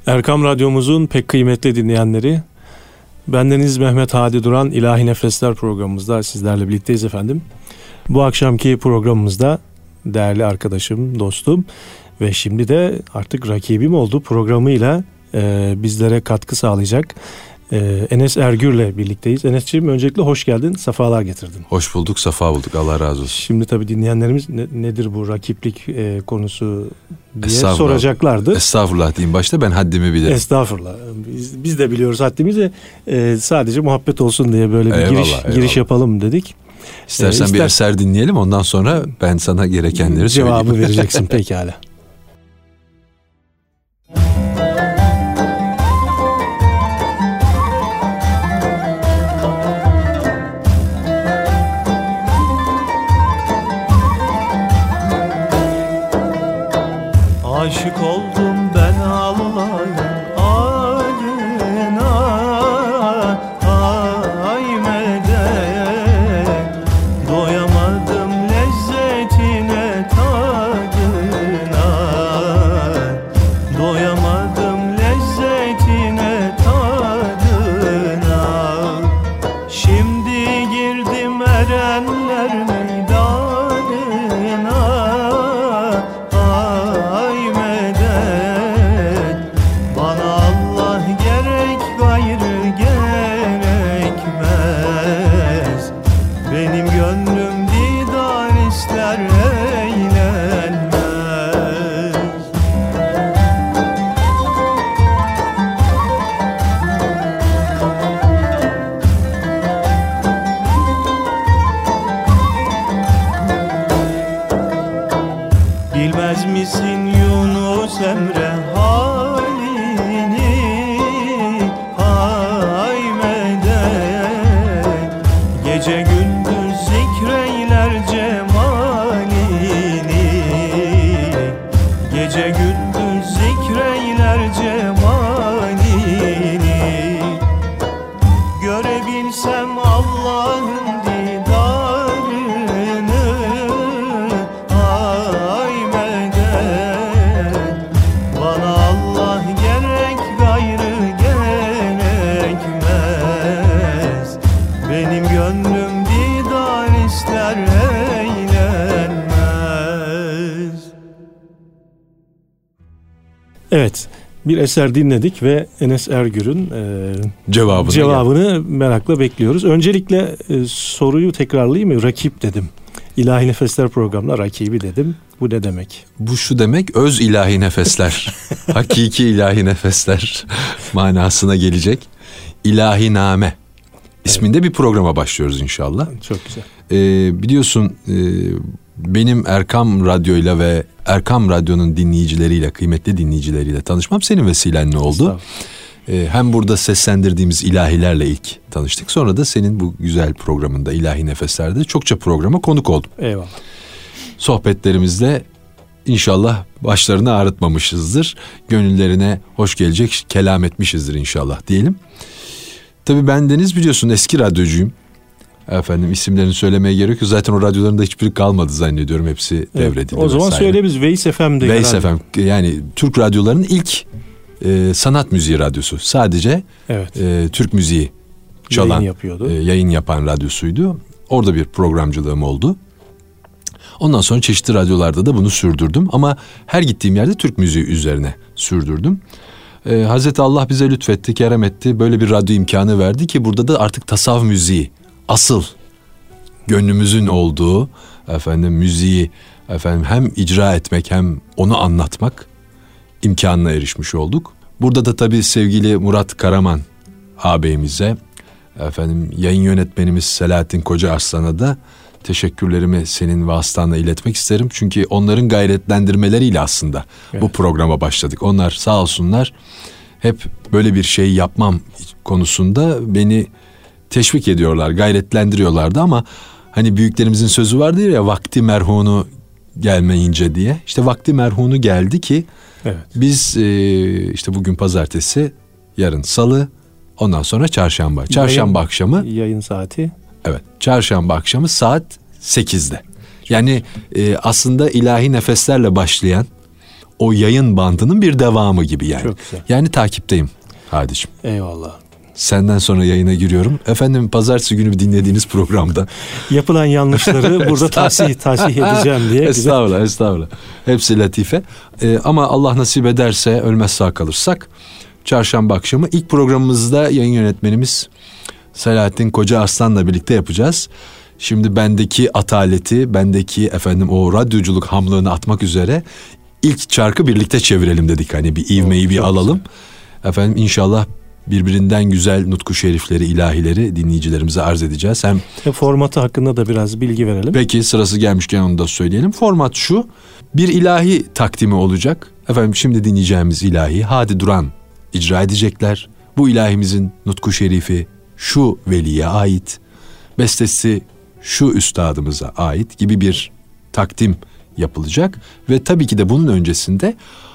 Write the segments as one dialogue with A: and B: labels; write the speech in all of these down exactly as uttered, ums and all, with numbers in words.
A: Erkam Radyomuzun pek kıymetli dinleyenleri, bendeniz Mehmet Hadi Duran, İlahi Nefesler programımızda sizlerle birlikteyiz efendim. Bu akşamki programımızda değerli arkadaşım, dostum ve şimdi de artık rakibim oldu programıyla e, bizlere katkı sağlayacak e, Enes Ergür'le birlikteyiz. Enes'ciğim, öncelikle hoş geldin, sefalar getirdin.
B: Hoş bulduk, sefa bulduk. Allah razı olsun.
A: Şimdi tabii dinleyenlerimiz ne, nedir bu rakiplik e, konusu diye soracaklardır.
B: Estağfurullah diyeyim başta, ben haddimi bilirim.
A: Estağfurullah. Biz, biz de biliyoruz haddimizi. E, sadece muhabbet olsun diye böyle bir eyvallah, giriş eyvallah. giriş yapalım dedik.
B: İstersen e, ister... bir eser dinleyelim, ondan sonra ben sana gerekenleri
A: cevabı
B: söyleyeyim.
A: vereceksin pekala.
C: Aşık oldum ben Allah'ın adına, ay medet. Doyamadım lezzetine, tadına. Doyamadım lezzetine, tadına. Şimdi girdim erenler meydanına, ay medet. Bana Allah gerek, gayrı gerekmez. Benim gönlüm didar ister, eğlenmez. Bilmez misin Yunus Emre halini, ay medet. Gece gündüz zikreyler cemalini, gece gündüz zikreyler cemalini. Görebilsem Allah'ın didarını, ay medet. Bana Allah gerek, gayrı gerekmez. Benim gönlüm didar ister, eğlenmez.
A: Evet, bir eser dinledik ve Enes Ergür'ün e,
B: Cevabını,
A: cevabını merakla bekliyoruz. Öncelikle e, soruyu tekrarlayayım mı? Rakip dedim. İlahi Nefesler programına rakibi dedim. Bu ne demek?
B: Bu şu demek, öz ilahi nefesler, hakiki ilahi nefesler manasına gelecek. İlahiname isminde evet. bir programa başlıyoruz inşallah.
A: Çok güzel.
B: Ee, biliyorsun e, benim Erkam Radyo'yla ve Erkam Radyo'nun dinleyicileriyle, kıymetli dinleyicileriyle tanışmam senin vesilenle oldu. Ee, hem burada seslendirdiğimiz ilahilerle ilk tanıştık. Sonra da senin bu güzel programında, İlahi Nefesler'de çokça programa konuk oldum.
A: Eyvallah.
B: Sohbetlerimizle inşallah başlarını ağrıtmamışızdır. Gönüllerine hoş gelecek kelam etmişizdir inşallah diyelim. Tabii bendeniz biliyorsun eski radyocuyum. Efendim isimlerini söylemeye gerek yok. Zaten o radyoların da hiçbiri kalmadı zannediyorum. Hepsi evet, devredildi.
A: O zaman söyleyebiliriz. Veys F M'de.
B: Veys F M, yani Türk radyolarının ilk e, sanat müziği radyosu. Sadece evet. e, Türk müziği çalan, yayın, yapıyordu. E, yayın yapan radyosuydu. Orada bir programcılığım oldu. Ondan sonra çeşitli radyolarda da bunu sürdürdüm. Ama her gittiğim yerde Türk müziği üzerine sürdürdüm. Ee, Hazreti Allah bize lütfetti, kerem etti. Böyle bir radyo imkanı verdi ki burada da artık tasavvuf müziği, asıl gönlümüzün olduğu efendim müziği efendim hem icra etmek hem onu anlatmak imkanına erişmiş olduk. Burada da tabii sevgili Murat Karaman ağabeyimize, efendim yayın yönetmenimiz Selahattin Koca Arslan'a da teşekkürlerimi senin vasıtanla iletmek isterim. Çünkü onların gayretlendirmeleriyle aslında evet. bu programa başladık. Onlar sağ olsunlar hep böyle bir şey yapmam konusunda beni teşvik ediyorlar, gayretlendiriyorlardı ama hani büyüklerimizin sözü vardır ya, vakti merhunu gelmeyince diye. İşte vakti merhunu geldi ki evet. biz e, işte bugün pazartesi, yarın salı, ondan sonra çarşamba. Çarşamba yayın, akşamı.
A: Yayın saati.
B: Evet, çarşamba akşamı saat sekizde. Yani e, aslında ilahi nefeslerle başlayan o yayın bandının bir devamı gibi yani.
A: Çok güzel.
B: Yani takipteyim Hadiciğim.
A: Eyvallah.
B: Senden sonra yayına giriyorum. Efendim pazartesi günü dinlediğiniz programda
A: yapılan yanlışları burada tahsih tahsih edeceğim diye.
B: Estağfurullah, estağfurullah. Hepsi latife. Ee, ama Allah nasip ederse, ölmez sağ kalırsak, çarşamba akşamı ilk programımızda yayın yönetmenimiz Selahattin Koca Arslan'la birlikte yapacağız. Şimdi bendeki ataleti, bendeki efendim o radyoculuk hamlığını atmak üzere ilk çarkı birlikte çevirelim dedik. Hani bir ivmeyi bir alalım. Güzel. Efendim inşallah birbirinden güzel nutku şerifleri, ilahileri dinleyicilerimize arz edeceğiz. Hem
A: e, formatı hakkında da biraz bilgi verelim.
B: Peki, sırası gelmişken onu da söyleyelim. Format şu: bir ilahi takdimi olacak. Efendim şimdi dinleyeceğimiz ilahi Hadi Duran icra edecekler. Bu ilahimizin nutku şerifi şu veliye ait, bestesi şu üstadımıza ait gibi bir takdim yapılacak. Ve tabii ki de bunun öncesinde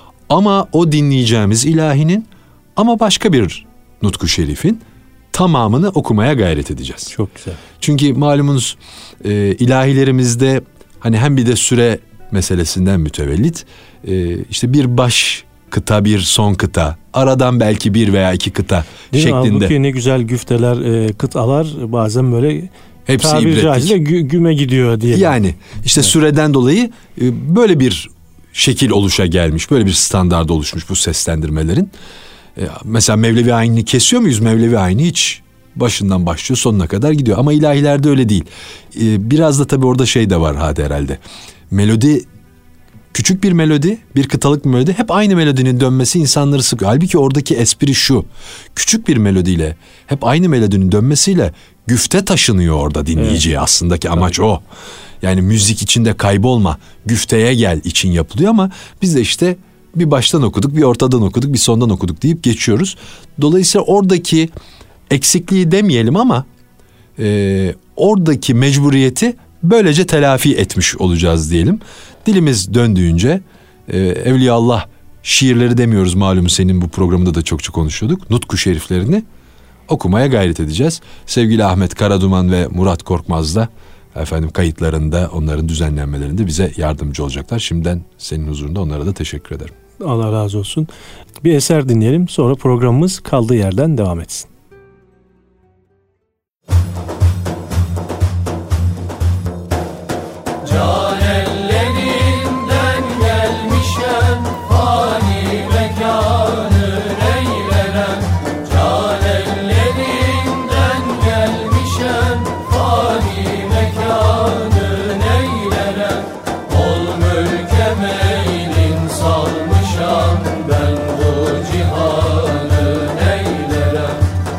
B: ama o dinleyeceğimiz ilahinin ama başka bir nutku şerifin tamamını okumaya gayret edeceğiz.
A: Çok güzel.
B: Çünkü malumunuz e, ilahilerimizde hani hem bir de süre meselesinden mütevellit e, işte bir baş kıta, bir son kıta, aradan belki bir veya iki kıta
A: değil
B: şeklinde.
A: Halbuki ne güzel güfteler, e, kıtalar bazen böyle
B: hepsi
A: tabiri caizse gü, güme gidiyor diye.
B: Yani işte evet. Süreden dolayı e, böyle bir şekil oluşa gelmiş, böyle bir standart oluşmuş bu seslendirmelerin. E, mesela Mevlevi Ayni'ni kesiyor muyuz? Mevlevi Ayni hiç başından başlıyor, sonuna kadar gidiyor. Ama ilahilerde öyle değil. E, biraz da tabii orada şey de var hadi herhalde. Melodi, küçük bir melodi, bir kıtalık bir melodi, hep aynı melodinin dönmesi insanları sıkıyor. Halbuki oradaki espri şu: küçük bir melodiyle, hep aynı melodinin dönmesiyle güfte taşınıyor orada dinleyiciye. Evet. Aslındaki amaç o. Yani müzik içinde kaybolma, güfteye gel için yapılıyor ama biz de işte bir baştan okuduk, bir ortadan okuduk, bir sondan okuduk deyip geçiyoruz. Dolayısıyla oradaki eksikliği demeyelim ama e, oradaki mecburiyeti böylece telafi etmiş olacağız diyelim. Dilimiz döndüğünce e, Evliyaullah şiirleri demiyoruz, malum senin bu programında da çokça konuşuyorduk. Nutku şeriflerini okumaya gayret edeceğiz. Sevgili Ahmet Karaduman ve Murat Korkmaz da efendim kayıtlarında, onların düzenlenmelerinde bize yardımcı olacaklar. Şimdiden senin huzurunda onlara da teşekkür ederim.
A: Allah razı olsun. Bir eser dinleyelim, sonra programımız kaldığı yerden devam etsin.
D: Can ellerinden gelmişem, fani mekanı neyleren. Can ellerinden gelmişem, fani mekanı neyleren. Ol mülke meylin salmışam, ben bu cihanı neyleren.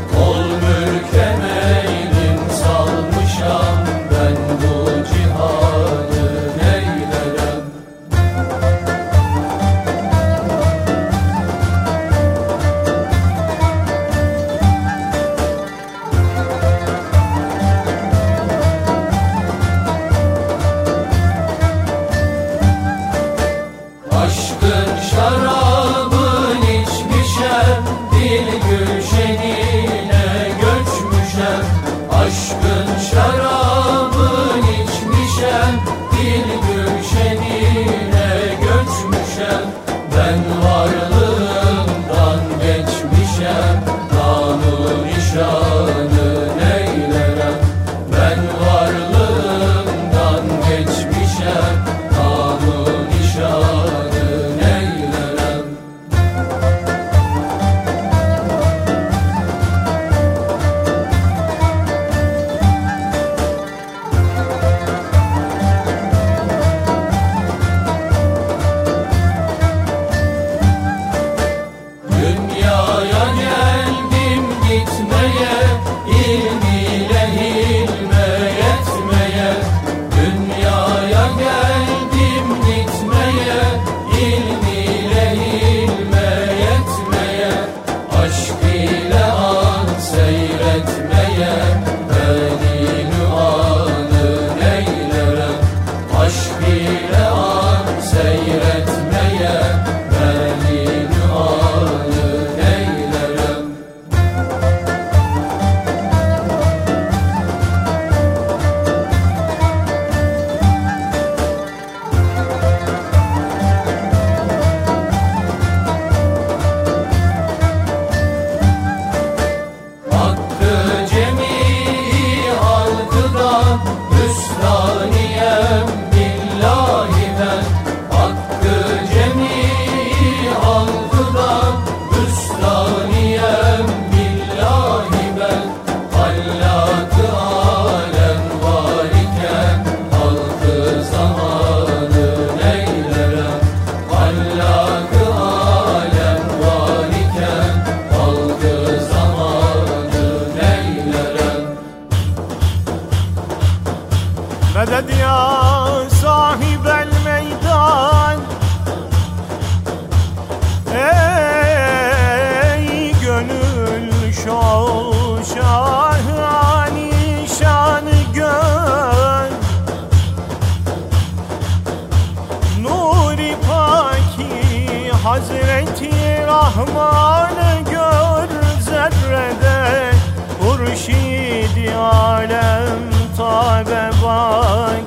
C: Rahman'ı gör zerrede, Hurşid-i alem tabe bak.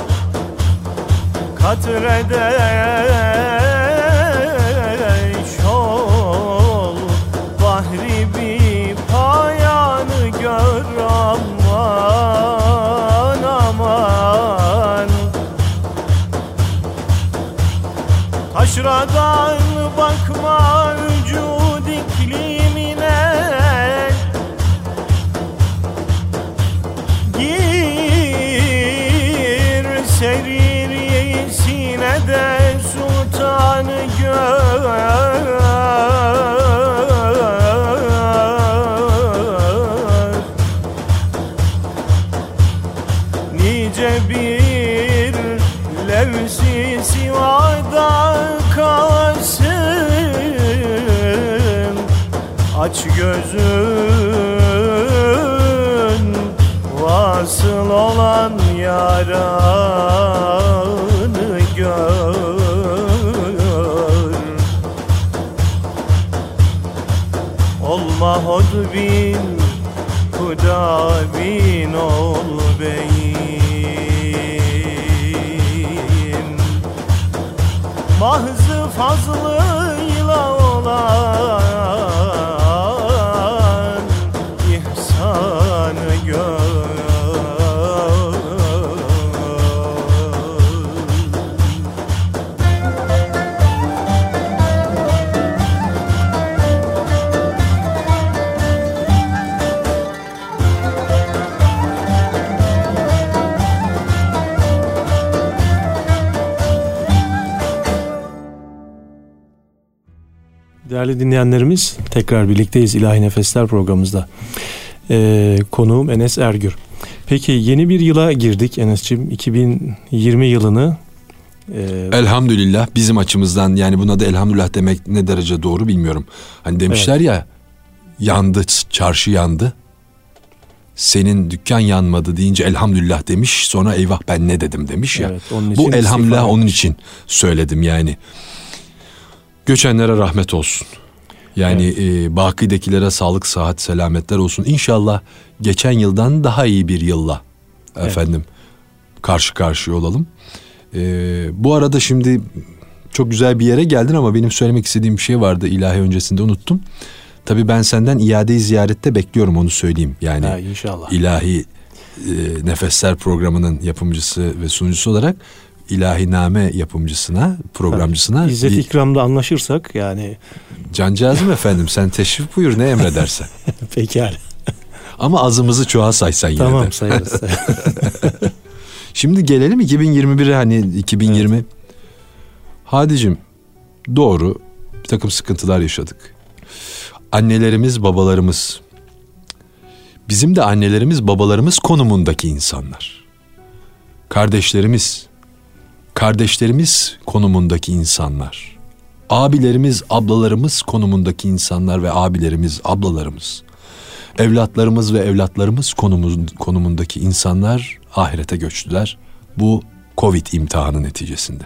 C: Katrede şol, bahri bir payanı gör aman aman. Taşradan bakma vücud iklimine, gir seririyesine de sultanı gör. Nice bir levsi sivada kalsın, aç gözün, vasıl olan yaranı gör. Olma hodbin, huda bin ol beyim. Mahzı fazlıyla olan ihsanı gör.
A: Değerli dinleyenlerimiz, tekrar birlikteyiz İlahi Nefesler programımızda. Ee, konuğum Enes Ergür. Peki yeni bir yıla girdik Enes'ciğim. iki bin yirmi yılını.
B: E... Elhamdülillah bizim açımızdan, yani buna da elhamdülillah demek ne derece doğru bilmiyorum. Hani demişler evet. ya, yandı, çarşı yandı. Senin dükkan yanmadı deyince elhamdülillah demiş. Sonra eyvah ben ne dedim demiş ya. Evet, bu elhamdülillah onun için söyledim yani. Göçenlere rahmet olsun. Yani evet. e, bakidekilere sağlık, sıhhat, selametler olsun. İnşallah geçen yıldan daha iyi bir yılla evet. efendim karşı karşıya olalım. E, bu arada şimdi çok güzel bir yere geldin ama benim söylemek istediğim bir şey vardı ilahi öncesinde, unuttum. Tabii ben senden iade-i ziyarette bekliyorum, onu söyleyeyim. Yani ha, inşallah. İlahi e, Nefesler programının yapımcısı ve sunucusu olarak İlahiname yapımcısına, programcısına
A: evet. İzzet ikramda anlaşırsak yani.
B: Cancağızım efendim, sen teşrif buyur, ne emredersen.
A: Pekala.
B: Ama azımızı çoğa saysan yine
A: tamam,
B: de.
A: Tamam sayarız.
B: Şimdi gelelim iki bin yirmi bire, hani iki bin yirmi. Evet. Hadicim, doğru bir takım sıkıntılar yaşadık. Annelerimiz, babalarımız, bizim de annelerimiz, babalarımız konumundaki insanlar. Kardeşlerimiz, kardeşlerimiz konumundaki insanlar. Abilerimiz, ablalarımız konumundaki insanlar ve abilerimiz, ablalarımız. Evlatlarımız ve evlatlarımız konumuz, konumundaki insanlar ahirete göçtüler. Bu Covid imtihanı neticesinde.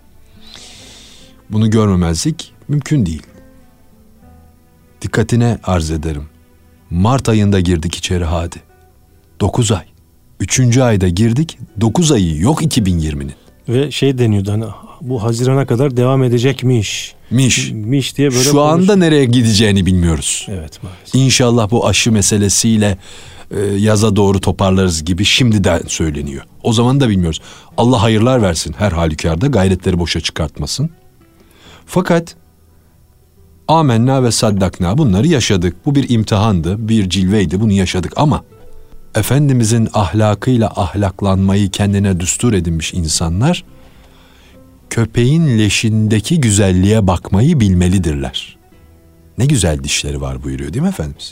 B: Bunu görmemezlik mümkün değil. Dikkatine arz ederim. Mart ayında girdik içeri hadi. Dokuz ay. Üçüncü ayda girdik. Dokuz ayı yok iki bin yirminin.
A: Ve şey deniyordu hani bu Haziran'a kadar devam edecekmiş.
B: Miş.
A: Miş diye böyle.
B: Şu konuş... anda nereye gideceğini bilmiyoruz.
A: Evet maalesef.
B: İnşallah bu aşı meselesiyle e, yaza doğru toparlarız gibi şimdiden söyleniyor. O zaman da bilmiyoruz. Allah hayırlar versin her halükarda, gayretleri boşa çıkartmasın. Fakat amenna ve saddakna, bunları yaşadık. Bu bir imtihandı, bir cilveydi, bunu yaşadık ama Efendimizin ahlakıyla ahlaklanmayı kendine düstur edinmiş insanlar, köpeğin leşindeki güzelliğe bakmayı bilmelidirler. Ne güzel dişleri var buyuruyor değil mi Efendimiz?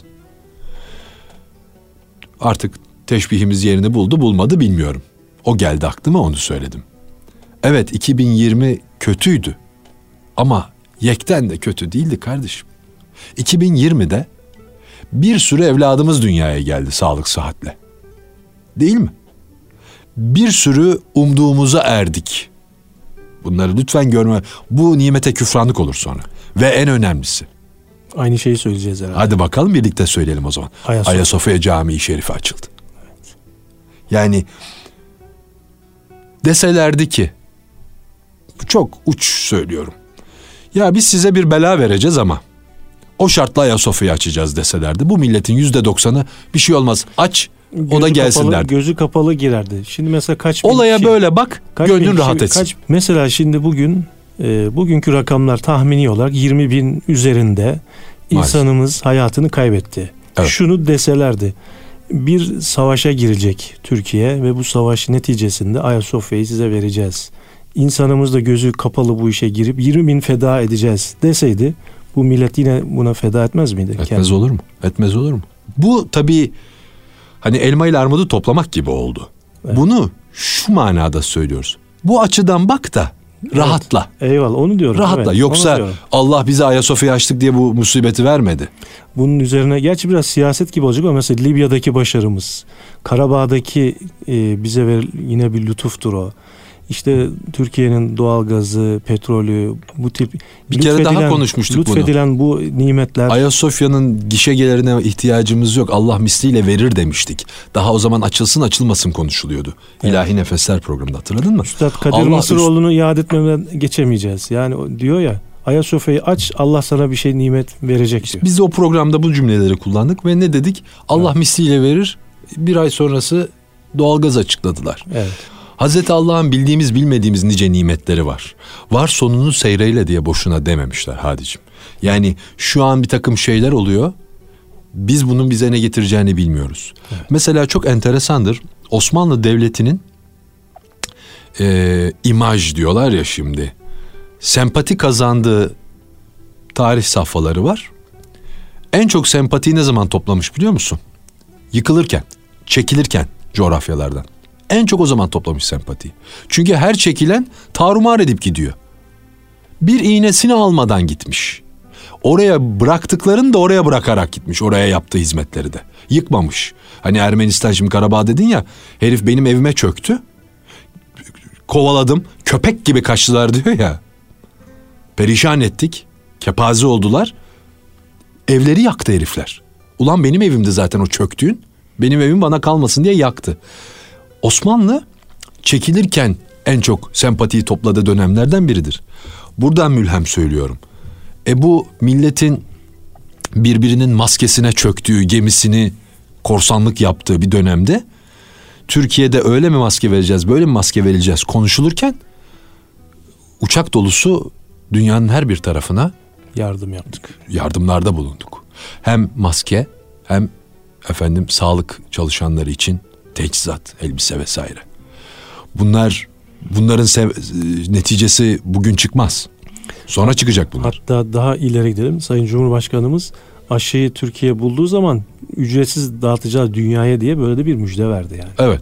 B: Artık teşbihimiz yerini buldu bulmadı bilmiyorum. O geldi aklıma, onu söyledim. Evet, iki bin yirmi kötüydü ama yekten de kötü değildi kardeşim. iki bin yirmide bir sürü evladımız dünyaya geldi sağlık sıhhatle. Değil mi? Bir sürü umduğumuza erdik. Bunları lütfen görme. Bu nimete küfranlık olur sonra. Ve en önemlisi,
A: Aynı şeyi söyleyeceğiz herhalde.
B: Hadi bakalım birlikte söyleyelim o zaman. Ayasofya, Ayasofya Camii Şerifi açıldı. Evet. Yani deselerdi ki, çok uç söylüyorum, ya biz size bir bela vereceğiz ama o şartla Ayasofya'yı açacağız deselerdi, bu milletin yüzde doksanı bir şey olmaz, aç gözü o da gelsin
A: kapalı,
B: derdi.
A: Gözü kapalı girerdi. Şimdi mesela kaç
B: olaya
A: kişi,
B: böyle bak, gönlün rahat etsin. Kaç,
A: mesela şimdi bugün e, bugünkü rakamlar tahmini olarak yirmi bin üzerinde insanımız Maalesef. hayatını kaybetti. Evet. Şunu deselerdi, bir savaşa girecek Türkiye ve bu savaş neticesinde Ayasofya'yı size vereceğiz. İnsanımız da gözü kapalı bu işe girip yirmi bin feda edeceğiz deseydi, bu millet yine buna feda etmez miydi?
B: Etmez kendini? olur mu? Etmez olur mu? Bu tabii hani elma ile armudu toplamak gibi oldu. Evet. Bunu şu manada söylüyoruz. Bu açıdan bak da rahatla.
A: Evet. Eyvallah, onu diyorum.
B: Rahatla.
A: Evet,
B: Yoksa diyorum. Allah bize Ayasofya'yı açtık diye bu musibeti vermedi.
A: Bunun üzerine gerçi biraz siyaset gibi olacak ama mesela Libya'daki başarımız, Karabağ'daki e, bize ver, yine bir lütuftur o. İşte Türkiye'nin doğalgazı, petrolü, bu tip
B: bir kere daha konuşmuştuk
A: lütfedilen
B: bunu.
A: bu nimetler.
B: Ayasofya'nın gişegelerine ihtiyacımız yok, Allah misliyle verir demiştik. Daha o zaman açılsın açılmasın konuşuluyordu. Evet. İlahi Nefesler programında, hatırladın mı?
A: Üstad Kadir Allah Mısıroğlu'nu üst... iade etmeden geçemeyeceğiz. Yani diyor ya, Ayasofya'yı aç, Allah sana bir şey nimet verecek diyor.
B: Biz de o programda bu cümleleri kullandık ve ne dedik? Allah evet. misliyle verir. Bir ay sonrası doğalgaz açıkladılar. Evet. Hazreti Allah'ın bildiğimiz bilmediğimiz nice nimetleri var. Var sonunu seyreyle diye boşuna dememişler Hadicim. Yani şu an bir takım şeyler oluyor. Biz bunun bize ne getireceğini bilmiyoruz. Evet. Mesela çok enteresandır. Osmanlı Devleti'nin e, imaj diyorlar ya şimdi. Sempati kazandığı tarih safhaları var. En çok sempatiyi ne zaman toplamış biliyor musun? Yıkılırken, çekilirken coğrafyalardan. En çok o zaman toplamış sempatiyi. Çünkü her çekilen tarumar edip gidiyor. Bir iğnesini almadan gitmiş. Oraya bıraktıklarını da oraya bırakarak gitmiş. Oraya yaptığı hizmetleri de. Yıkmamış. Hani Ermenistan, şimdi Karabağ dedin ya. Herif benim evime çöktü. Kovaladım. Köpek gibi kaçtılar diyor ya. Perişan ettik. Kepaze oldular. Evleri yaktı herifler. Ulan benim evimdi zaten o çöktüğün. Benim evim bana kalmasın diye yaktı. Osmanlı çekilirken en çok sempatiyi topladığı dönemlerden biridir. Buradan mülhem söylüyorum. E bu milletin birbirinin maskesine çöktüğü, gemisini korsanlık yaptığı bir dönemde Türkiye'de öyle mi maske vereceğiz, böyle mi maske vereceğiz konuşulurken uçak dolusu dünyanın her bir tarafına
A: yardım yaptık.
B: Yardımlarda bulunduk. Hem maske hem efendim sağlık çalışanları için teçhizat, elbise vesaire. Bunlar bunların sev- neticesi bugün çıkmaz. Sonra çıkacak bunlar.
A: Hatta daha ileri gidelim. Sayın Cumhurbaşkanımız aşıyı Türkiye bulduğu zaman ücretsiz dağıtacağız dünyaya diye böyle de bir müjde verdi yani.
B: Evet.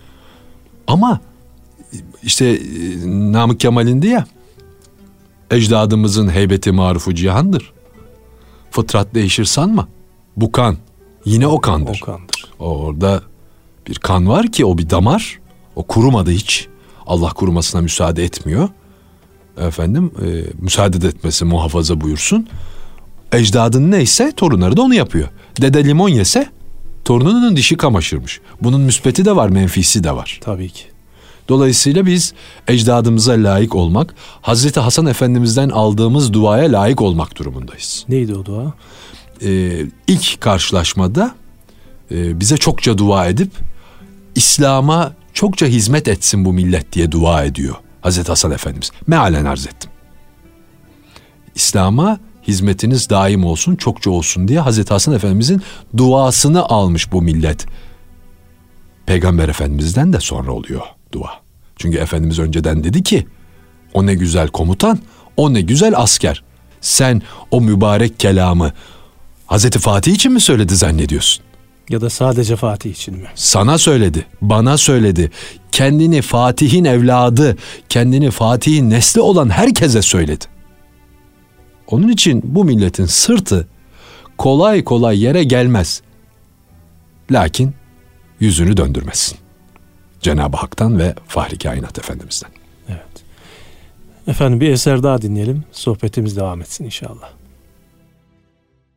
B: Ama işte Namık Kemal'indi ya, ecdadımızın heybeti marufu cihandır. Fıtrat değişir sanma. Bu kan yine o kandır.
A: O kandır.
B: Orada bir kan var ki o bir damar. O kurumadı hiç. Allah kurumasına müsaade etmiyor. Efendim e, müsaade de etmesi muhafaza buyursun. Ecdadın neyse torunları da onu yapıyor. Dede limon yese torununun dişi kamaşırmış. Bunun müsbeti de var, menfisi de var.
A: Tabii ki.
B: Dolayısıyla biz ecdadımıza layık olmak, Hazreti Hasan Efendimiz'den aldığımız duaya layık olmak durumundayız.
A: Neydi o dua?
B: Ee, ilk karşılaşmada e, bize çokça dua edip İslam'a çokça hizmet etsin bu millet diye dua ediyor Hazreti Hasan Efendimiz. Mealen arz ettim. İslam'a hizmetiniz daim olsun, çokça olsun diye Hazreti Hasan Efendimizin duasını almış bu millet. Peygamber Efendimiz'den de sonra oluyor dua. Çünkü Efendimiz önceden dedi ki, o ne güzel komutan, o ne güzel asker. Sen o mübarek kelamı Hazreti Fatih için mi söyledi zannediyorsun?
A: Ya da sadece Fatih için mi?
B: Sana söyledi, bana söyledi. Kendini Fatih'in evladı, kendini Fatih'in nesli olan herkese söyledi. Onun için bu milletin sırtı kolay kolay yere gelmez. Lakin yüzünü döndürmesin. Cenab-ı Hak'tan ve Fahri Kainat Efendimiz'den.
A: Evet. Efendim bir eser daha dinleyelim. Sohbetimiz devam etsin inşallah.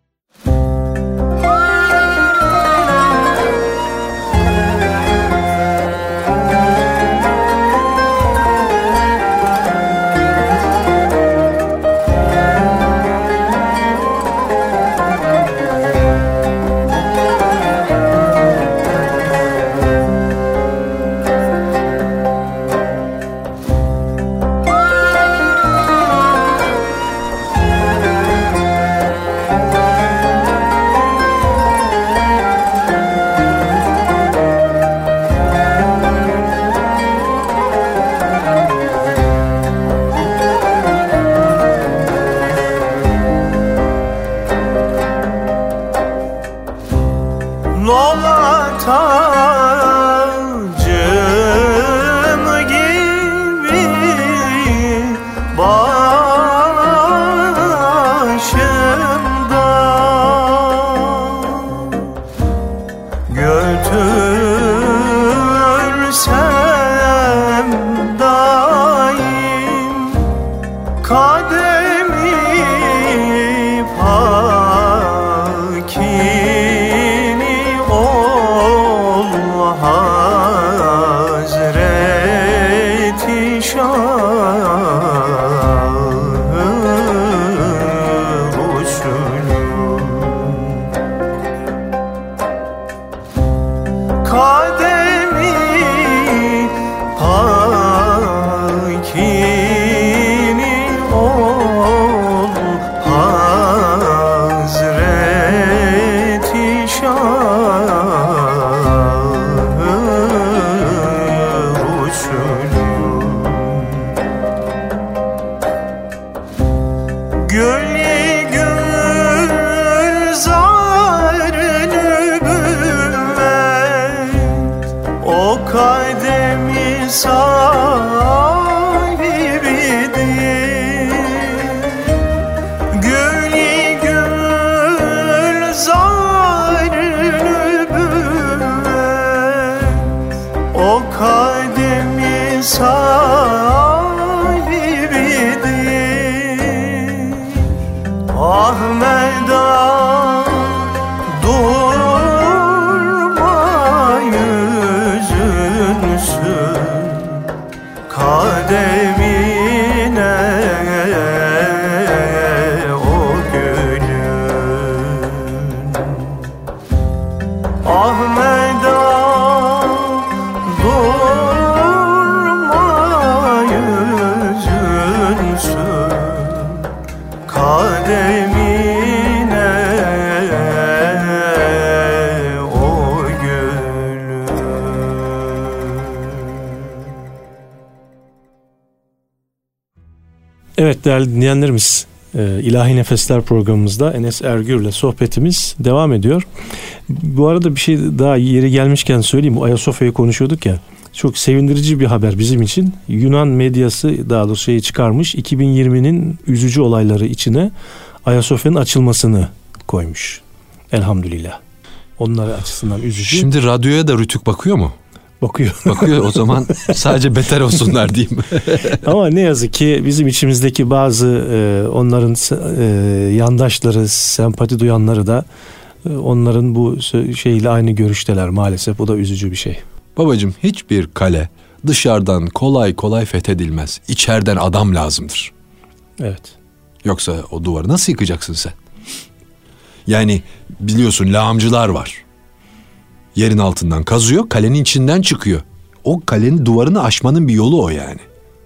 A: Evet değerli dinleyenlerimiz, İlahi Nefesler programımızda Enes Ergür'le sohbetimiz devam ediyor. Bu arada bir şey daha yeri gelmişken söyleyeyim. Bu Ayasofya'yı konuşuyorduk ya. Çok sevindirici bir haber bizim için. Yunan medyası daha doğrusu şeyi çıkarmış. iki bin yirminin üzücü olayları içine Ayasofya'nın açılmasını koymuş. Elhamdülillah. Onlar açısından üzücü.
B: Şimdi radyoya da Rütük bakıyor mu?
A: Bakıyor.
B: Bakıyor, o zaman sadece beter olsunlar diyeyim.
A: Ama ne yazık ki bizim içimizdeki bazı e, onların e, yandaşları, sempati duyanları da e, onların bu şeyle aynı görüşteler maalesef. O da üzücü bir şey.
B: Babacığım, hiçbir kale dışarıdan kolay kolay fethedilmez. İçeriden adam lazımdır.
A: Evet.
B: Yoksa o duvarı nasıl yıkacaksın sen? Yani biliyorsun lağımcılar var. Yerin altından kazıyor, kalenin içinden çıkıyor. O kalenin duvarını aşmanın bir yolu o yani.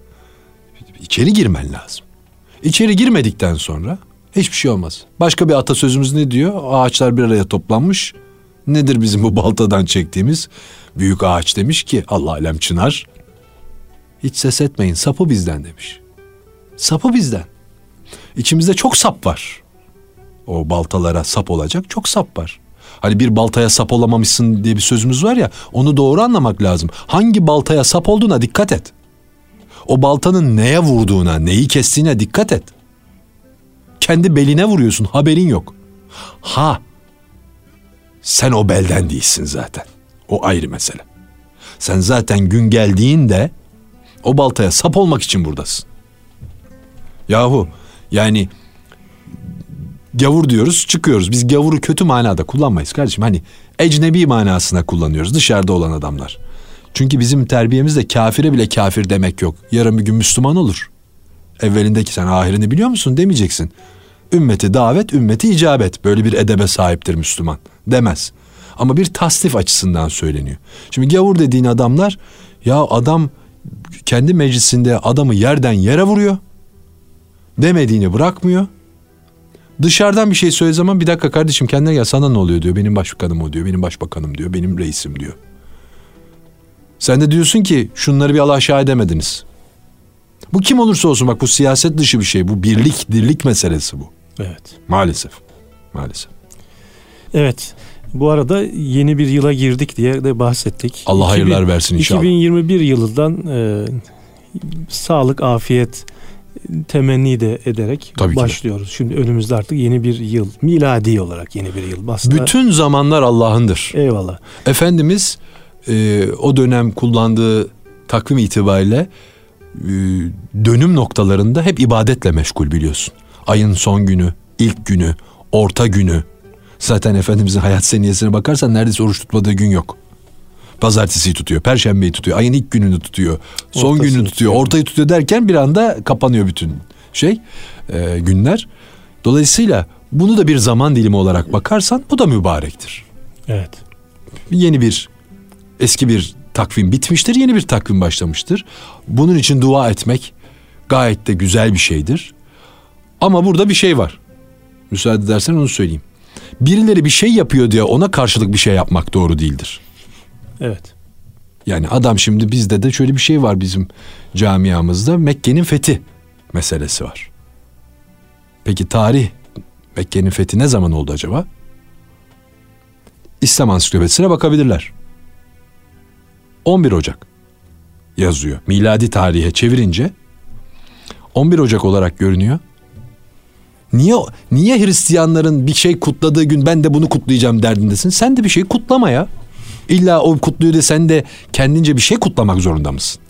B: İçeri girmen lazım. İçeri girmedikten sonra hiçbir şey olmaz. Başka bir atasözümüz ne diyor? Ağaçlar bir araya toplanmış. Nedir bizim bu baltadan çektiğimiz? Büyük ağaç demiş ki, Allah alem çınar. Hiç ses etmeyin, sapı bizden demiş. Sapı bizden. İçimizde çok sap var. O baltalara sap olacak çok sap var. Hani bir baltaya sap olamamışsın diye bir sözümüz var ya, onu doğru anlamak lazım. Hangi baltaya sap olduğuna dikkat et. O baltanın neye vurduğuna, neyi kestiğine dikkat et. Kendi beline vuruyorsun, haberin yok. Ha, sen o belden değilsin zaten. O ayrı mesele. Sen zaten gün geldiğinde o baltaya sap olmak için buradasın. Yahu yani gavur diyoruz, çıkıyoruz. Biz gavuru kötü manada kullanmayız kardeşim. Hani ecnebi manasına kullanıyoruz, dışarıda olan adamlar. Çünkü bizim terbiyemizde kafire bile kafir demek yok. Yarın bir gün Müslüman olur. Evvelindeki sen ahirini biliyor musun demeyeceksin. Ümmeti davet, ümmeti icabet. Böyle bir edebe sahiptir Müslüman demez. Ama bir tasnif açısından söyleniyor. Şimdi gavur dediğin adamlar, ya adam kendi meclisinde adamı yerden yere vuruyor. Demediğini bırakmıyor. Dışarıdan bir şey söylediği zaman, bir dakika kardeşim kendine gel, sana ne oluyor diyor. Benim başbakanım o diyor, benim başbakanım diyor, benim reisim diyor. Sen de diyorsun ki şunları bir alaşağı edemediniz. Bu kim olursa olsun, bak bu siyaset dışı bir şey. Bu birlik, dirlik meselesi bu.
A: Evet.
B: Maalesef. Maalesef.
A: Evet. Bu arada yeni bir yıla girdik diye de bahsettik.
B: Allah hayırlar versin inşallah.
A: iki bin yirmi bir yılından e, sağlık, afiyet temenni de ederek Tabii başlıyoruz. Şimdi önümüzde artık yeni bir yıl. Miladi olarak yeni bir yıl. Aslında
B: bütün zamanlar Allah'ındır.
A: Eyvallah.
B: Efendimiz e, o dönem kullandığı takvim itibariyle e, dönüm noktalarında hep ibadetle meşgul biliyorsun. Ayın son günü, ilk günü, orta günü. Zaten Efendimizin hayat seniyesine bakarsan neredeyse oruç tutmadığı gün yok. Pazartesiyi tutuyor, perşembeyi tutuyor, ayın ilk gününü tutuyor, son Ortasını gününü tutuyor, tutuyor, ortayı tutuyor derken bir anda kapanıyor bütün şey, e, günler. Dolayısıyla bunu da bir zaman dilimi olarak bakarsan bu da mübarektir.
A: Evet.
B: Yeni bir, eski bir takvim bitmiştir, yeni bir takvim başlamıştır. Bunun için dua etmek gayet de güzel bir şeydir. Ama burada bir şey var. Müsaade edersen onu söyleyeyim. Birileri bir şey yapıyor diye ona karşılık bir şey yapmak doğru değildir.
A: Evet.
B: Yani adam, şimdi bizde de şöyle bir şey var, bizim camiamızda Mekke'nin fethi meselesi var. Peki tarih, Mekke'nin fethi ne zaman oldu acaba? İslam Ansiklopedisine bakabilirler. on bir Ocak yazıyor. Miladi tarihe çevirince on bir Ocak olarak görünüyor. Niye niye Hristiyanların bir şey kutladığı gün ben de bunu kutlayacağım derdindesin? Sen de bir şey kutlama ya. İlla o kutluyor da sen de kendince bir şey kutlamak zorunda mısın?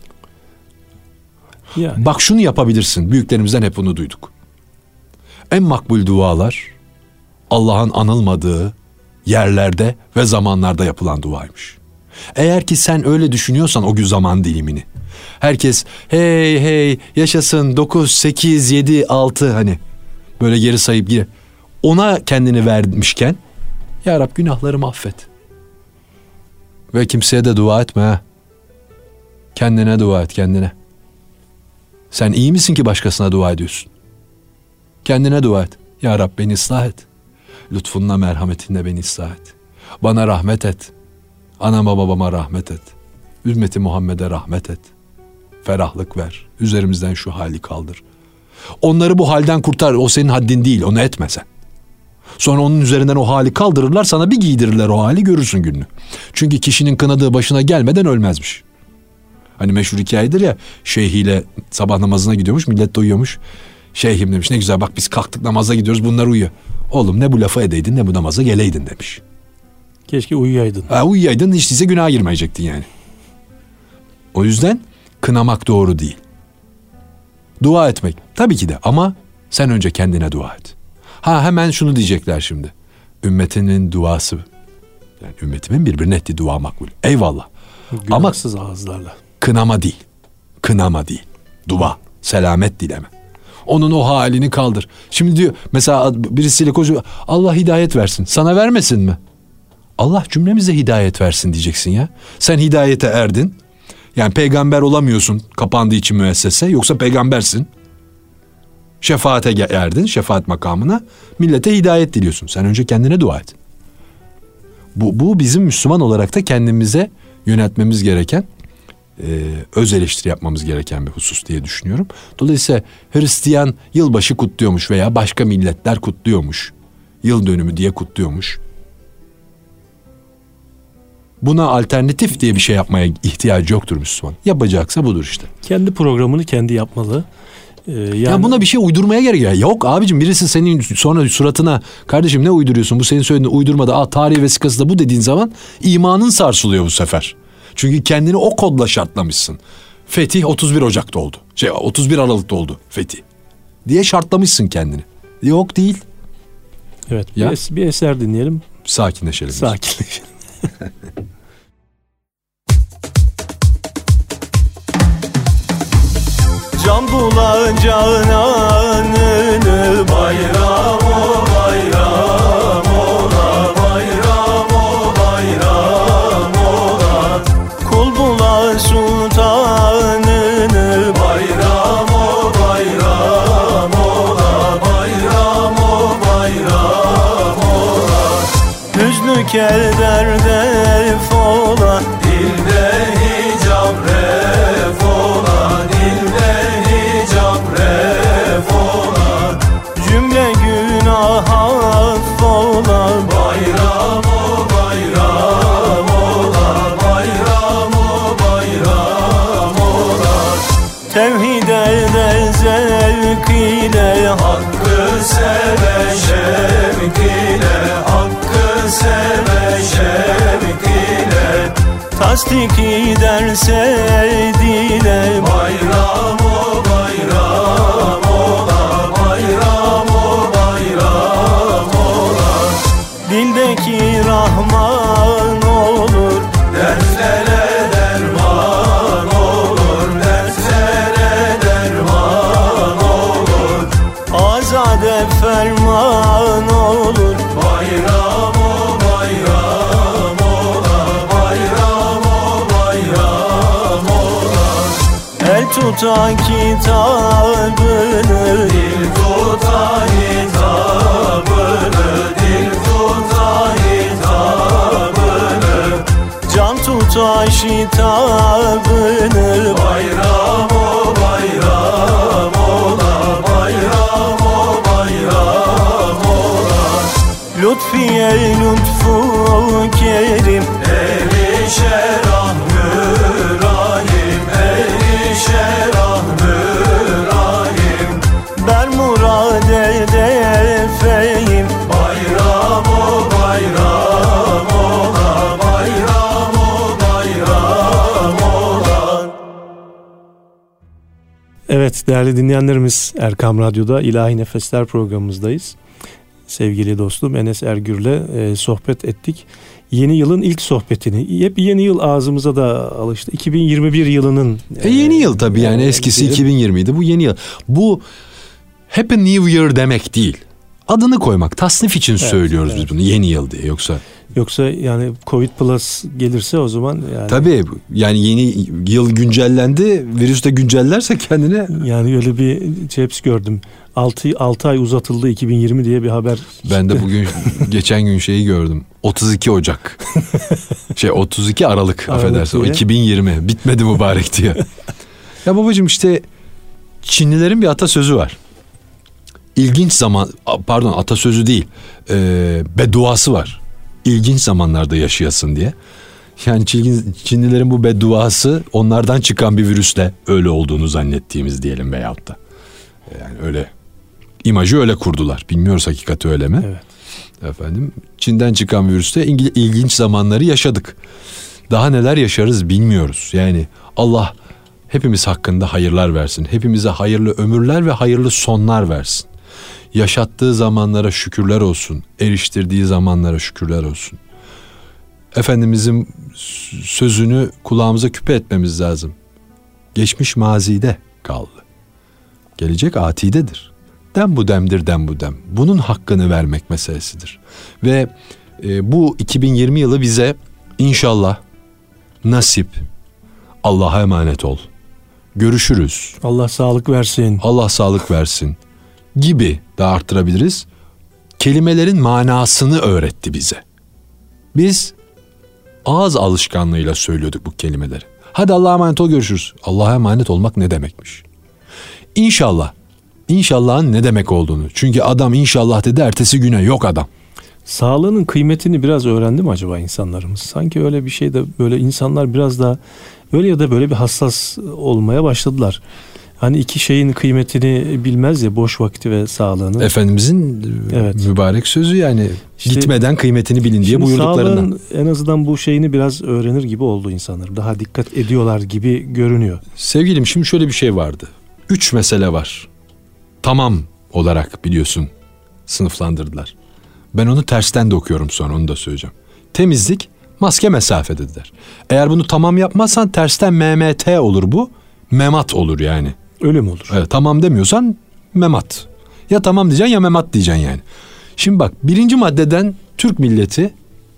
B: Yani. Bak şunu yapabilirsin. Büyüklerimizden hep bunu duyduk. En makbul dualar Allah'ın anılmadığı yerlerde ve zamanlarda yapılan duaymış. Eğer ki sen öyle düşünüyorsan o gün zaman dilimini. Herkes hey hey yaşasın dokuz, sekiz, yedi, altı hani böyle geri sayıp gir. Ona kendini vermişken ya Rab günahlarımı affet. Ve kimseye de dua etme ha. Kendine dua et, kendine. Sen iyi misin ki başkasına dua ediyorsun? Kendine dua et. Ya Rab beni ıslah et. Lütfunla merhametinle beni ıslah et. Bana rahmet et. Anama babama rahmet et. Ümmeti Muhammed'e rahmet et. Ferahlık ver. Üzerimizden şu hali kaldır. Onları bu halden kurtar. O senin haddin değil. Onu etme sen. Sonra onun üzerinden o hali kaldırırlar. Sana bir giydirirler o hali, görürsün gününü. Çünkü kişinin kınadığı başına gelmeden ölmezmiş. Hani meşhur hikayedir ya, şeyhiyle sabah namazına gidiyormuş, millet de uyuyormuş. Şeyhim demiş, ne güzel bak biz kalktık namaza gidiyoruz, bunlar uyuyor. Oğlum ne bu lafı edeydin ne bu namaza geleydin demiş.
A: Keşke uyuyaydın.
B: Ha, uyuyaydın, hiç değilse günaha girmeyecektin yani. O yüzden kınamak doğru değil. Dua etmek tabii ki de, ama sen önce kendine dua et. Ha hemen şunu diyecekler şimdi. Ümmetinin duası, yani ümmetimin birbirine ettiği dua makbul. Eyvallah.
A: Günahsız ama ağızlarla.
B: Kınama değil. Kınama değil. Dua. Selamet dileme. Onun o halini kaldır. Şimdi diyor mesela birisiyle konuşuyor. Allah hidayet versin. Sana vermesin mi? Allah cümlemize hidayet versin diyeceksin ya. Sen hidayete erdin. Yani peygamber olamıyorsun kapandığı için müessese. Yoksa peygambersin. Şefaate erdin. Şefaat makamına. Millete hidayet diliyorsun. Sen önce kendine dua et. Bu, bu bizim Müslüman olarak da kendimize yöneltmemiz gereken, e, öz eleştiri yapmamız gereken bir husus diye düşünüyorum. Dolayısıyla Hristiyan yılbaşı kutluyormuş veya başka milletler kutluyormuş. Yıl dönümü diye kutluyormuş. Buna alternatif diye bir şey yapmaya ihtiyacı yoktur Müslüman. Yapacaksa budur işte.
A: Kendi programını kendi yapmalı. Ee, yani...
B: Ya buna bir şey uydurmaya gerek yok. Yok abicim, birisi senin sonra suratına kardeşim ne uyduruyorsun, bu senin söylediğin uydurmada, aa tarihi vesikası da bu dediğin zaman imanın sarsılıyor bu sefer. Çünkü kendini o kodla şartlamışsın. Fetih otuz bir Ocak'ta oldu. Şey otuz bir Aralık'ta oldu fetih diye şartlamışsın kendini. Yok değil.
A: Evet, ya. bir, es- bir eser dinleyelim.
B: Sakinleşelim.
A: Sakinleşelim.
C: Can bulacağın anını bayram o bayram ola, bayram o bayram ola. Kul bula sultanını bayram o bayram ola, bayram o bayram ola. Hüznü keder def ola, dilde hicab ref ola, dilde cümle günah affola. Bayram o bayram ola, bayram o bayram ola. Tevhid ede zevk ile, hakkı seve şevk ile, hakkı seve şevk ile. Tasdik ederse dile, bayram o bayram ola, bayram o bayram ola. Dildeki Rahman olur, dertlere derman olur, dertlere derman olur. Azade ferman olur, bayram o bayram ola, bayram o bayram ola. El tuta kitabını, dil tuta hitabını, dil tuta hitabını. Can tuta şitabını, bayram o bayram ola, bayram o bayram ola. Lütfiye lütfu kerim, erişe rahmü rahim, erişe rahmü rahim. Ber murad edefeyim, bayram o bayram ola, bayram o bayram ola.
A: Evet değerli dinleyenlerimiz, Erkam Radyo'da İlahi Nefesler programımızdayız. Sevgili dostum Enes Ergür'le e, sohbet ettik. Yeni yılın ilk sohbetini. Hep yeni yıl ağzımıza da alıştı. iki bin yirmi bir yılının.
B: E, yeni e, yıl tabii yani, eskisi diyelim. iki bin yirmiydi, bu yeni yıl. Bu Happy New Year demek değil. Adını koymak, tasnif için evet, söylüyoruz evet. biz bunu yeni yıl diye. Yoksa
A: Yoksa yani Covid Plus gelirse o zaman yani.
B: Tabii yani yeni yıl güncellendi, virüs de güncellerse kendine.
A: Yani öyle bir ceps gördüm. altı ay uzatıldı iki bin yirmi diye bir haber çıktı.
B: Ben de bugün geçen gün şeyi gördüm. otuz iki Ocak. şey otuz iki Aralık, Aralık affedersin. Diye. O iki bin yirmi bitmedi mübarek diye. Ya babacığım işte Çinlilerin bir atasözü var. ilginç zaman, pardon atasözü değil, e, bedduası var. İlginç zamanlarda yaşayasın diye. Yani Çin, Çinlilerin bu bedduası onlardan çıkan bir virüsle öyle olduğunu zannettiğimiz diyelim veyahut da. Yani öyle imajı öyle kurdular. Bilmiyoruz hakikati öyle mi?
A: Evet.
B: Efendim, Çin'den çıkan virüste ilginç zamanları yaşadık. Daha neler yaşarız bilmiyoruz. Yani Allah hepimiz hakkında hayırlar versin. Hepimize hayırlı ömürler ve hayırlı sonlar versin. Yaşattığı zamanlara şükürler olsun. Eriştirdiği zamanlara şükürler olsun. Efendimizin sözünü kulağımıza küpe etmemiz lazım. Geçmiş mazide kaldı. Gelecek atidedir. Dem bu demdir dem bu dem. Bunun hakkını vermek meselesidir. Ve e, bu iki bin yirmi yılı bize inşallah nasip, Allah'a emanet ol, görüşürüz,
A: Allah sağlık versin,
B: Allah sağlık versin gibi de arttırabiliriz. Kelimelerin manasını öğretti bize. Biz ağız alışkanlığıyla söylüyorduk bu kelimeleri. Hadi Allah'a emanet ol, görüşürüz. Allah'a emanet olmak ne demekmiş? İnşallah. İnşallah'ın ne demek olduğunu. Çünkü adam inşallah dedi, ertesi güne yok adam.
A: Sağlığının kıymetini biraz öğrendi mi acaba insanlarımız? Sanki öyle bir şey de, böyle insanlar biraz da öyle ya da böyle bir hassas olmaya başladılar. Hani iki şeyin kıymetini bilmez ya, boş vakti ve sağlığını.
B: Efendimizin evet. mübarek sözü yani işte, gitmeden kıymetini bilin diye buyurduklarından.
A: Sağlığın en azından bu şeyini biraz öğrenir gibi oldu insanlar. Daha dikkat ediyorlar gibi görünüyor.
B: Sevgilim, şimdi şöyle bir şey vardı. Üç mesele var. Tamam olarak biliyorsun sınıflandırdılar. Ben onu tersten de okuyorum, sonra onu da söyleyeceğim. Temizlik, maske, mesafe dediler. Eğer bunu tamam yapmazsan tersten M M T olur bu. Memat olur yani.
A: Ölüm olur.
B: Evet, tamam demiyorsan memat. Ya tamam diyeceksin ya memat diyeceksin yani. Şimdi bak, birinci maddeden Türk milleti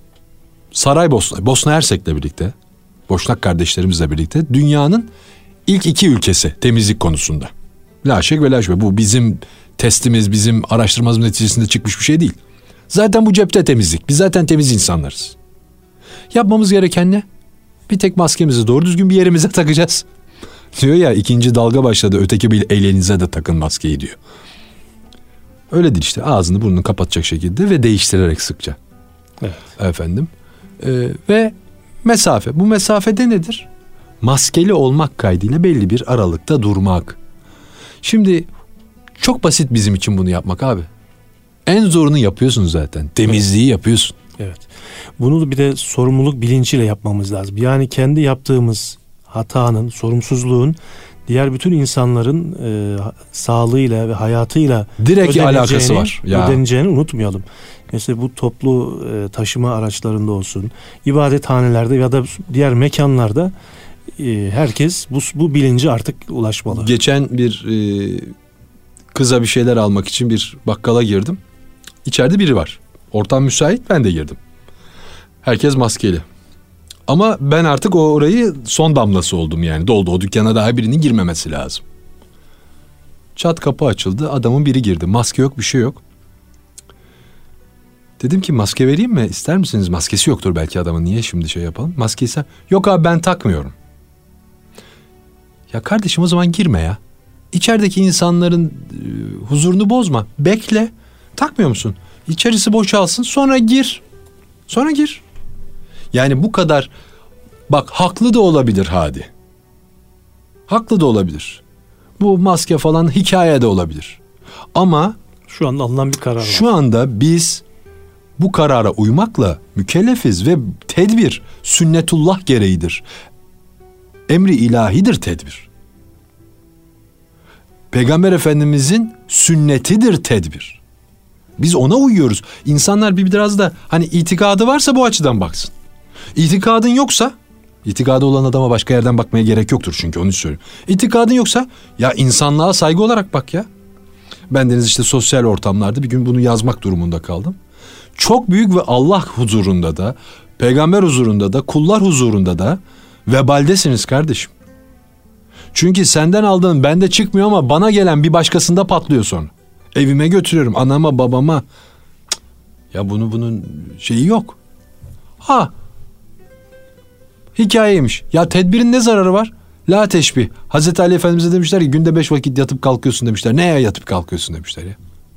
B: Saraybosna, Bosna Hersek'le birlikte, Boşnak kardeşlerimizle birlikte dünyanın ilk iki ülkesi temizlik konusunda. La şek ve la şüphe. Bu bizim testimiz, bizim araştırmamız neticesinde çıkmış bir şey değil. Zaten bu cepte temizlik. Biz zaten temiz insanlarız. Yapmamız gereken ne? Bir tek maskemizi doğru düzgün bir yerimize takacağız. Diyor ya, ikinci dalga başladı, öteki bir elinize de takın maskeyi diyor. Öyle değil işte, ağzını burnunu kapatacak şekilde ve değiştirerek sıkça.
A: Evet.
B: Efendim. Ee, ve mesafe. Bu mesafede nedir? Maskeli olmak kaydıyla belli bir aralıkta durmak. Şimdi çok basit bizim için bunu yapmak abi. En zorunu yapıyorsun zaten. Temizliği evet. yapıyorsun.
A: Evet. Bunu bir de sorumluluk bilinciyle yapmamız lazım. Yani kendi yaptığımız hatanın, sorumsuzluğun diğer bütün insanların e, sağlığıyla ve hayatıyla
B: direkt alakası var.
A: Ya. Ödeneceğini unutmayalım. Mesela bu toplu e, taşıma araçlarında olsun, ibadethanelerde ya da diğer mekanlarda e, herkes bu, bu bilinci artık ulaşmalı.
B: Geçen bir e, kıza bir şeyler almak için bir bakkala girdim. İçeride biri var. Ortam müsait, ben de girdim. Herkes maskeli. Ama ben artık o orayı son damlası oldum yani. Doldu. O dükkana daha birinin girmemesi lazım. Çat kapı açıldı. Adamın biri girdi. Maske yok, bir şey yok. Dedim ki maske vereyim mi? İster misiniz? Maskesi yoktur belki adamın. Niye şimdi şey yapalım? Maskeyse yok abi ben takmıyorum. Ya kardeşim o zaman girme ya. İçerideki insanların e, huzurunu bozma. Bekle. Takmıyor musun? İçerisi boşalsın, sonra gir. Sonra gir. Yani bu kadar, bak haklı da olabilir Hadi. Haklı da olabilir. Bu maske falan hikaye de olabilir. Ama
A: şu anda alınan bir karar var.
B: Şu anda biz bu karara uymakla mükellefiz ve tedbir sünnetullah gereğidir. Emri ilahidir tedbir. Peygamber Efendimizin sünnetidir tedbir. Biz ona uyuyoruz. İnsanlar bir biraz da hani itikadı varsa bu açıdan baksın. İtikadın yoksa, itikadı olan adama başka yerden bakmaya gerek yoktur çünkü onu söylüyorum. İtikadın yoksa ya insanlığa saygı olarak bak ya. Ben deniz işte sosyal ortamlarda bir gün bunu yazmak durumunda kaldım. Çok büyük ve Allah huzurunda da, peygamber huzurunda da, kullar huzurunda da vebaldesiniz kardeşim. Çünkü senden aldığın bende çıkmıyor ama bana gelen bir başkasında patlıyor sonra. Evime götürüyorum, anama babama. Cık, ya bunu bunun şeyi yok. Ha. Hikayeymiş. Ya tedbirin ne zararı var? La teşbih. Hazreti Ali Efendimiz'e demişler ki günde beş vakit yatıp kalkıyorsun demişler. Neye yatıp kalkıyorsun demişler ya.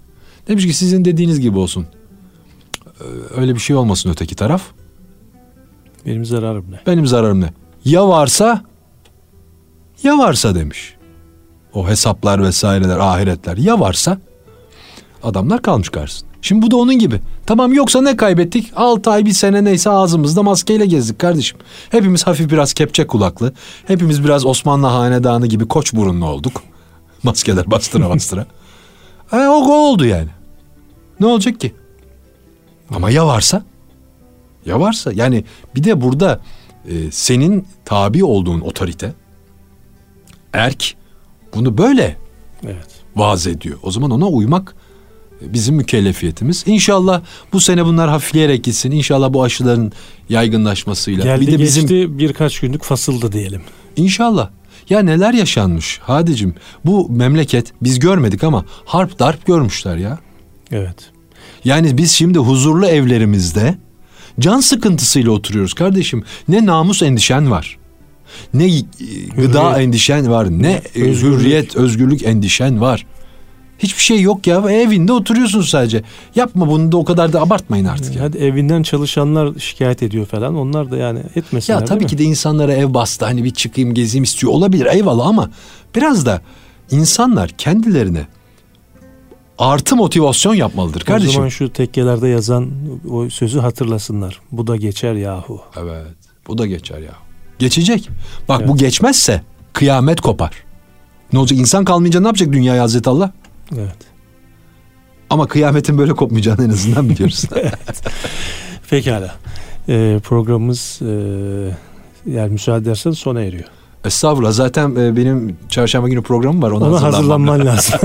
B: Demiş ki sizin dediğiniz gibi olsun. Öyle bir şey olmasın öteki taraf.
A: Benim zararım ne?
B: Benim zararım ne? Ya varsa ya varsa demiş. O hesaplar vesaireler, ahiretler ya varsa adamlar kalmış karşısında. Şimdi bu da onun gibi. Tamam yoksa ne kaybettik? altı ay bir sene neyse ağzımızda maskeyle gezdik kardeşim. Hepimiz hafif biraz kepçe kulaklı. Hepimiz biraz Osmanlı hanedanı gibi koç burunlu olduk. Maskeler bastıra bastıra. e, o, o oldu yani. Ne olacak ki? Ama ya varsa? Ya varsa yani bir de burada e, senin tabi olduğun otorite erk bunu böyle
A: evet.
B: vaaz ediyor. O zaman ona uymak bizim mükellefiyetimiz. İnşallah bu sene bunlar hafifleyerek gitsin. İnşallah bu aşıların yaygınlaşmasıyla.
A: Geldi
B: bir de bizim
A: geçti birkaç günlük fasıldı diyelim.
B: İnşallah. Ya neler yaşanmış Hadicim. Bu memleket biz görmedik ama harp darp görmüşler ya.
A: Evet.
B: Yani biz şimdi huzurlu evlerimizde can sıkıntısıyla oturuyoruz kardeşim. Ne namus endişen var. Ne gıda hürriyet. endişen var. Ne özgürlük. hürriyet, özgürlük endişen var. Hiçbir şey yok ya. Evinde oturuyorsun sadece. Yapma bunu da o kadar da abartmayın artık.
A: Hadi ya. Evinden çalışanlar şikayet ediyor falan. Onlar da yani etmesinler.
B: Ya tabii ki de insanlara ev bastı. Hani bir çıkayım gezeyim istiyor. Olabilir eyvallah ama biraz da insanlar kendilerine artı motivasyon yapmalıdır kardeşim.
A: O zaman şu tekkelerde yazan o sözü hatırlasınlar. Bu da geçer yahu.
B: Evet. Bu da geçer yahu. Geçecek. Bak evet. Bu geçmezse kıyamet kopar. Ne olacak? İnsan kalmayınca ne yapacak dünyaya Hazreti Allah?
A: Evet.
B: Ama kıyametin böyle kopmayacağını en azından biliyoruz.
A: Evet. Pekala. Ee, programımız e, yani müsaade edersen sona eriyor.
B: Estağfurullah. Zaten e, benim çarşamba günü programım var. Ona,
A: Ona hazırlanman lazım.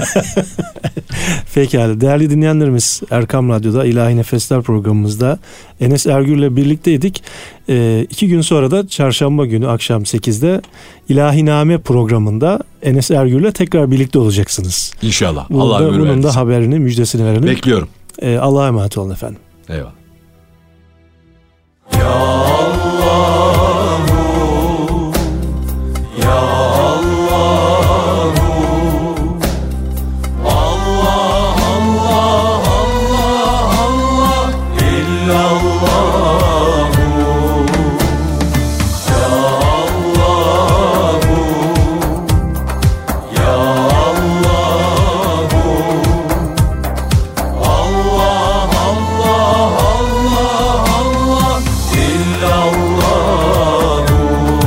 A: Pekala. Değerli dinleyenlerimiz, Erkam Radyo'da İlahi Nefesler programımızda Enes Ergür'le birlikteydik. E, iki gün sonra da çarşamba günü akşam sekizde İlahiname programında Enes Ergür'le tekrar birlikte olacaksınız.
B: İnşallah.
A: Bunun
B: Allah
A: da,
B: ömür
A: bunun
B: versin.
A: da haberini, müjdesini verelim.
B: Bekliyorum.
A: E, Allah'a emanet olun efendim.
B: Eyvallah.
D: Ya Allahu, Ya Allahu, Allah, Allah, Allah, Allah, illallahu, Ya Allahu, Ya Allahu, Allah, Allah, Allah, illallahu.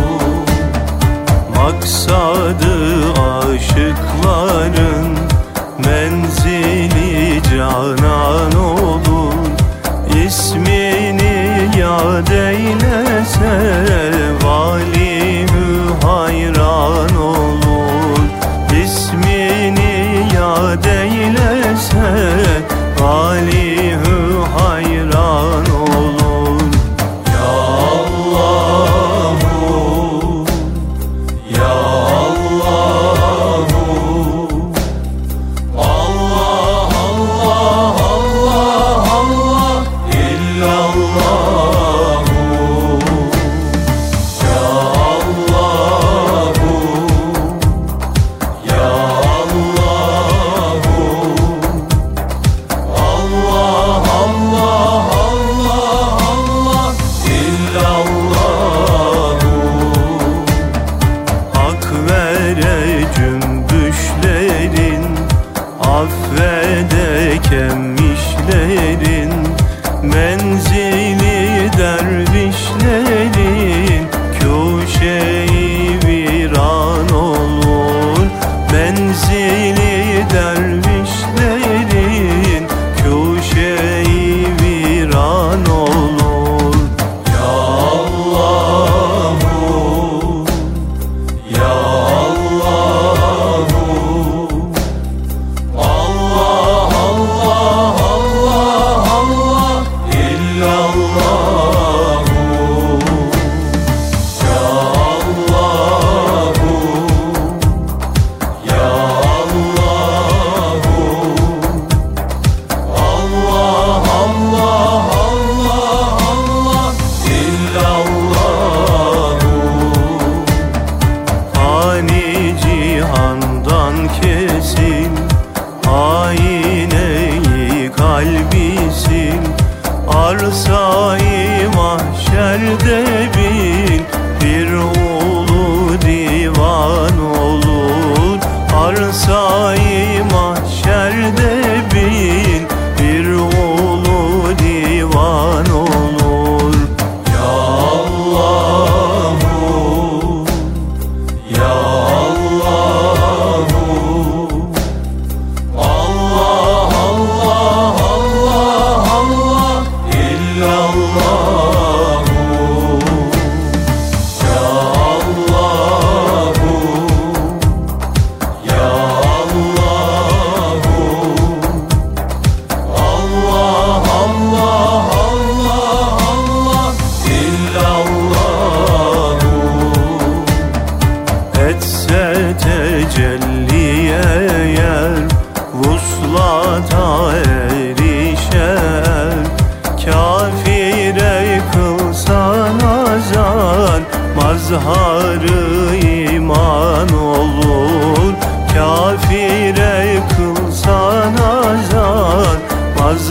D: Maksadı aşıkların menzili canan olur. İsmini yad eylese valihü hayran olur. İsmini yad eylese valihü hayran olur. Ya Allahu, Ya Allahu, Allah, Allah, Allah, Allah, illallahu, Ya Allahu, Ya Allahu, Allah, Allah, Allah, Allah, illallahu. Hak vere cümbüşlerin, affede kemmişlerin, menzili dervişlerin, köşe-i viran olur. Menzili dervişlerin, köşe-i viran olur. Ya Allahu, Ya Allahu, Allah, Allah, Allah, Allah, illallahu.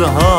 D: izhar